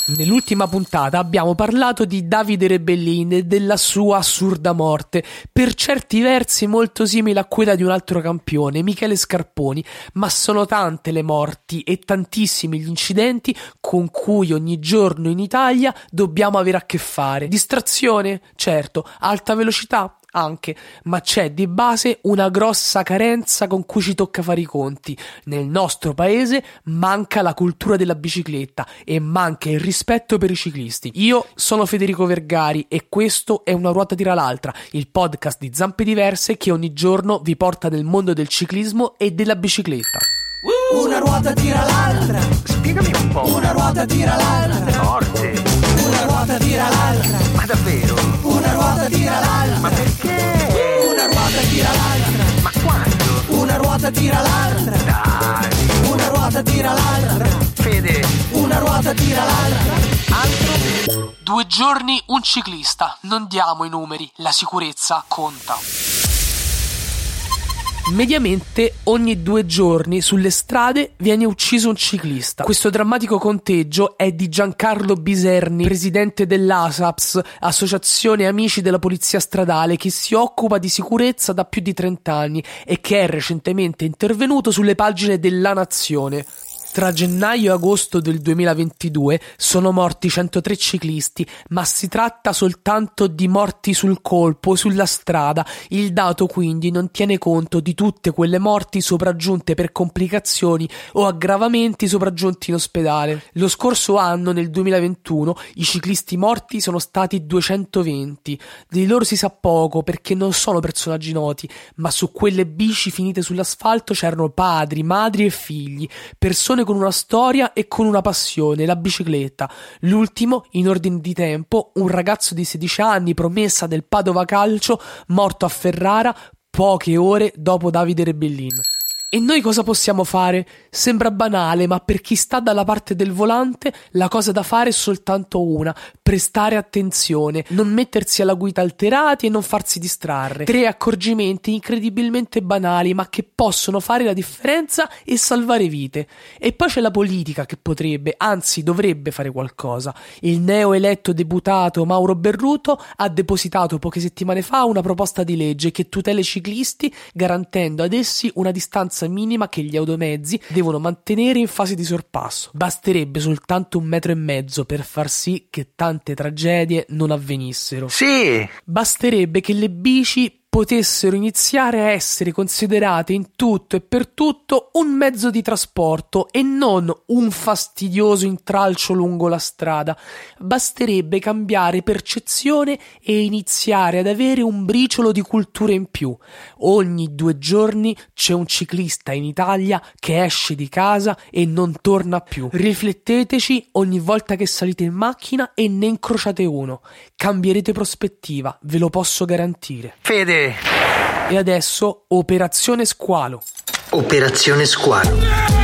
Nell'ultima puntata abbiamo parlato di Davide Rebellin e della sua assurda morte, per certi versi molto simile a quella di un altro campione, Michele Scarponi, ma sono tante le morti e tantissimi gli incidenti con cui ogni giorno in Italia dobbiamo avere a che fare. Distrazione? Certo. Alta velocità? Anche, ma c'è di base una grossa carenza con cui ci tocca fare i conti. Nel nostro paese manca la cultura della bicicletta e manca il rispetto per i ciclisti. Io sono Federico Vergari e questo è Una ruota tira l'altra, il podcast di Zampe Diverse che ogni giorno vi porta nel mondo del ciclismo e della bicicletta. Una ruota tira l'altra. Spiegami un po'. Una ruota tira l'altra. Forte. Una ruota tira l'altra. Ma davvero? Una ruota tira l'altra. Ma perché? Una ruota tira l'altra. Ma quando? Una ruota tira l'altra. Dai. Una ruota tira l'altra. Fede. Una ruota tira l'altra. Altro? 2 giorni, un ciclista. Non diamo i numeri, la sicurezza conta. Mediamente ogni 2 giorni sulle strade viene ucciso un ciclista. Questo drammatico conteggio è di Giancarlo Biserni, presidente dell'ASAPS, Associazione Amici della Polizia Stradale, che si occupa di sicurezza da più di 30 anni e che è recentemente intervenuto sulle pagine della Nazione. Tra gennaio e agosto del 2022 sono morti 103 ciclisti, ma si tratta soltanto di morti sul colpo, sulla strada. Il dato quindi non tiene conto di tutte quelle morti sopraggiunte per complicazioni o aggravamenti sopraggiunti in ospedale. Lo scorso anno, nel 2021, i ciclisti morti sono stati 220. Di loro si sa poco perché non sono personaggi noti, ma su quelle bici finite sull'asfalto c'erano padri, madri e figli, persone con una storia e con una passione, la bicicletta. L'ultimo, in ordine di tempo, un ragazzo di 16 anni, promessa del Padova Calcio, morto a Ferrara poche ore dopo Davide Rebellin. E noi cosa possiamo fare? Sembra banale, ma per chi sta dalla parte del volante la cosa da fare è soltanto una: prestare attenzione, non mettersi alla guida alterati e non farsi distrarre. 3 accorgimenti incredibilmente banali, ma che possono fare la differenza e salvare vite. E poi c'è la politica che potrebbe, anzi dovrebbe fare qualcosa. Il neoeletto deputato Mauro Berruto ha depositato poche settimane fa una proposta di legge che tutela i ciclisti, garantendo ad essi una distanza minima che gli automezzi devono mantenere in fase di sorpasso. Basterebbe soltanto 1,5 metri per far sì che tante tragedie non avvenissero. Sì. Basterebbe che le bici potessero iniziare a essere considerate in tutto e per tutto un mezzo di trasporto e non un fastidioso intralcio lungo la strada. Basterebbe cambiare percezione e iniziare ad avere un briciolo di cultura in più. Ogni 2 giorni c'è un ciclista in Italia che esce di casa e non torna più. Rifletteteci ogni volta che salite in macchina e ne incrociate uno. Cambierete prospettiva, ve lo posso garantire. Fede. E adesso Operazione Squalo. Operazione Squalo.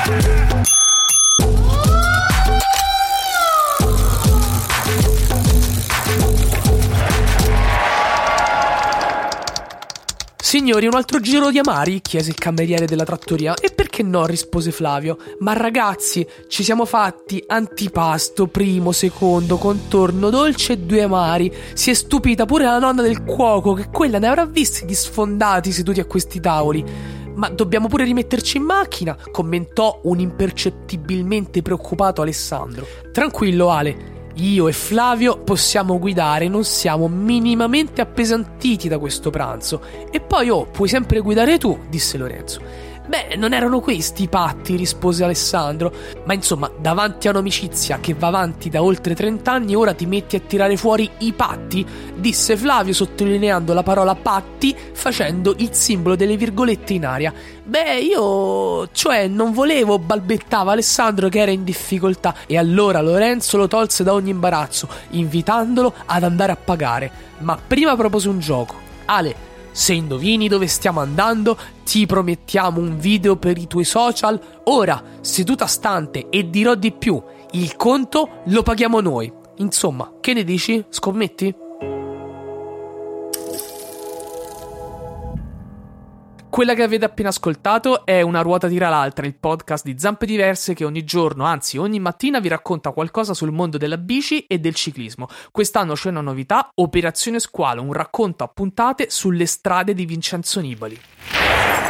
Signori, un altro giro di amari? Chiese il cameriere della trattoria. E perché no? Rispose Flavio. Ma ragazzi, ci siamo fatti antipasto, primo, secondo, contorno, dolce e 2 amari. Si è stupita pure la nonna del cuoco, che quella ne avrà visti di sfondati seduti a questi tavoli. Ma dobbiamo pure rimetterci in macchina, commentò un impercettibilmente preoccupato Alessandro. Tranquillo Ale, io e Flavio possiamo guidare, non siamo minimamente appesantiti da questo pranzo. E poi puoi sempre guidare tu, disse Lorenzo. Beh, non erano questi i patti, rispose Alessandro. Ma insomma, davanti a un'amicizia che va avanti da oltre 30 anni, ora ti metti a tirare fuori i patti? Disse Flavio sottolineando la parola patti, facendo il simbolo delle virgolette in aria. Beh, non volevo, balbettava Alessandro che era in difficoltà. E allora Lorenzo lo tolse da ogni imbarazzo, invitandolo ad andare a pagare. Ma prima propose un gioco. Ale, se indovini dove stiamo andando, ti promettiamo un video per i tuoi social. Ora, seduta stante, e dirò di più, il conto lo paghiamo noi. Insomma, che ne dici? Scommetti? Quella che avete appena ascoltato è Una ruota tira l'altra, il podcast di Zampe Diverse che ogni giorno, anzi ogni mattina vi racconta qualcosa sul mondo della bici e del ciclismo. Quest'anno c'è una novità, Operazione Squalo, un racconto a puntate sulle strade di Vincenzo Nibali.